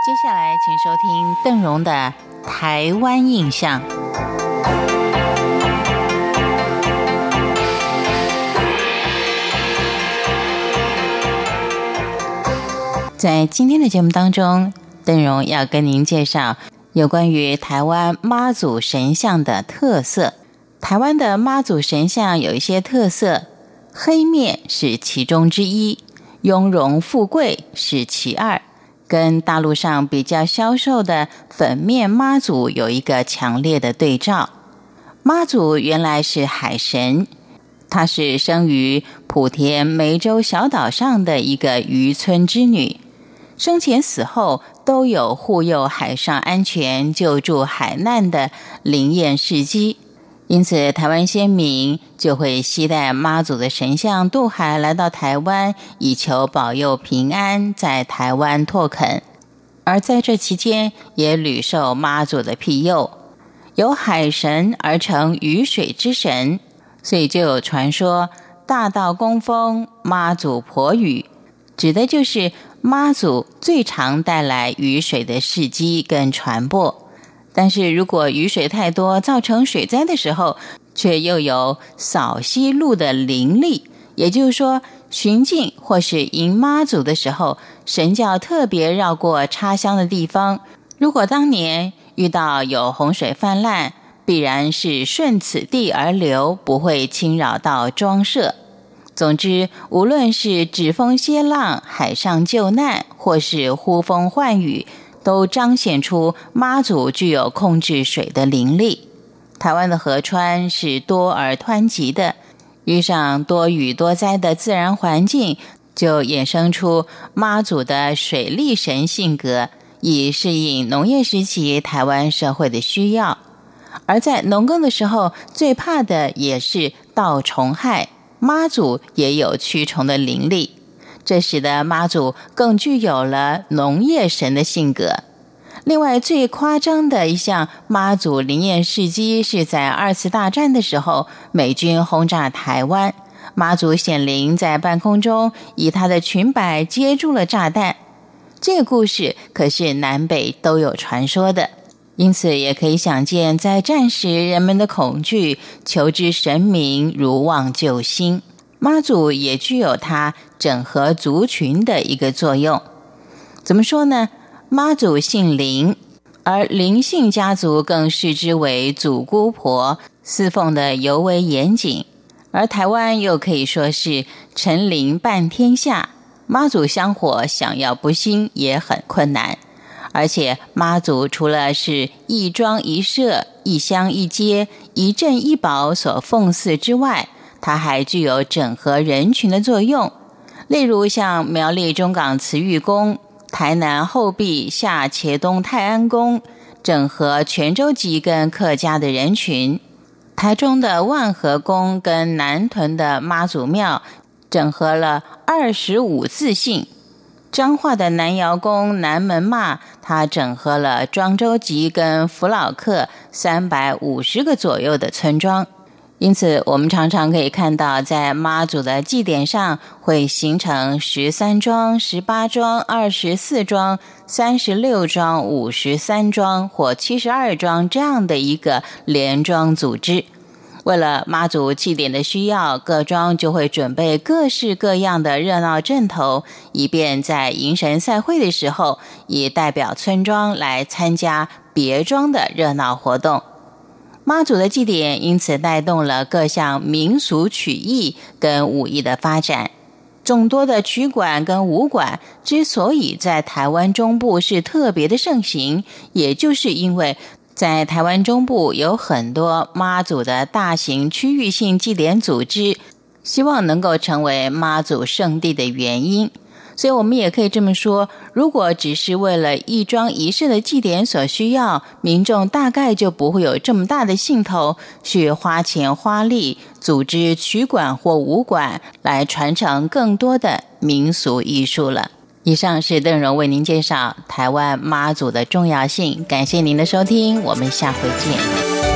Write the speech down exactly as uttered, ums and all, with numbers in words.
接下来请收听邓荣的台湾印象。在今天的节目当中，邓荣要跟您介绍有关于台湾妈祖神像的特色。台湾的妈祖神像有一些特色，黑面是其中之一，雍容富贵是其二，跟大陆上比较销售的粉面妈祖有一个强烈的对照。妈祖原来是海神，她是生于莆田湄洲小岛上的一个渔村之女，生前死后都有护佑海上安全、救助海难的灵验事迹，因此台湾先民就会携带妈祖的神像渡海来到台湾，以求保佑平安，在台湾拓垦。而在这期间也屡受妈祖的庇佑，由海神而成雨水之神，所以就有传说大道公风，妈祖婆雨，指的就是妈祖最常带来雨水的事迹跟传播。但是如果雨水太多造成水灾的时候，却又有扫溪路的灵力，也就是说巡境或是迎妈祖的时候，神教特别绕过插香的地方，如果当年遇到有洪水泛滥，必然是顺此地而流，不会侵扰到庄舍。总之，无论是止风歇浪、海上救难，或是呼风唤雨，都彰显出妈祖具有控制水的灵力。台湾的河川是多而湍急的，遇上多雨多灾的自然环境，就衍生出妈祖的水利神性格，以适应农业时期台湾社会的需要。而在农耕的时候，最怕的也是盗虫害，妈祖也有驱虫的灵力，这使得妈祖更具有了农业神的性格。另外最夸张的一项妈祖灵验事迹，是在二次大战的时候，美军轰炸台湾，妈祖显灵在半空中，以他的裙摆接住了炸弹。这个故事可是南北都有传说的，因此也可以想见，在战时人们的恐惧，求知神明如望救星。妈祖也具有它整合族群的一个作用。怎么说呢？妈祖姓林，而林姓家族更视之为祖姑婆，侍奉的尤为严谨。而台湾又可以说是陈林半天下，妈祖香火想要不兴也很困难。而且妈祖除了是一庄一社、一乡一街、一镇一堡所奉祀之外，它还具有整合人群的作用。例如像苗栗中港慈玉宫、台南后壁下茄东泰安宫，整合泉州籍跟客家的人群；台中的万和宫跟南屯的妈祖庙，整合了二十五字姓；彰化的南窑宫南门骂，它整合了庄周籍跟福老客三百五十个左右的村庄。因此我们常常可以看到，在妈祖的祭典上会形成十三庄、十八庄、二十四庄、三十六庄、五十三庄或七十二庄这样的一个联庄组织。为了妈祖祭典的需要，各庄就会准备各式各样的热闹阵头，以便在迎神赛会的时候，以代表村庄来参加别庄的热闹活动。妈祖的祭典因此带动了各项民俗曲艺跟武艺的发展。众多的曲馆跟武馆之所以在台湾中部是特别的盛行，也就是因为在台湾中部有很多妈祖的大型区域性祭典组织，希望能够成为妈祖圣地的原因。所以我们也可以这么说，如果只是为了一庄一社的祭典所需要，民众大概就不会有这么大的兴头去花钱花力组织曲馆或武馆来传承更多的民俗艺术了。以上是邓荣为您介绍台湾妈祖的重要性，感谢您的收听，我们下回见。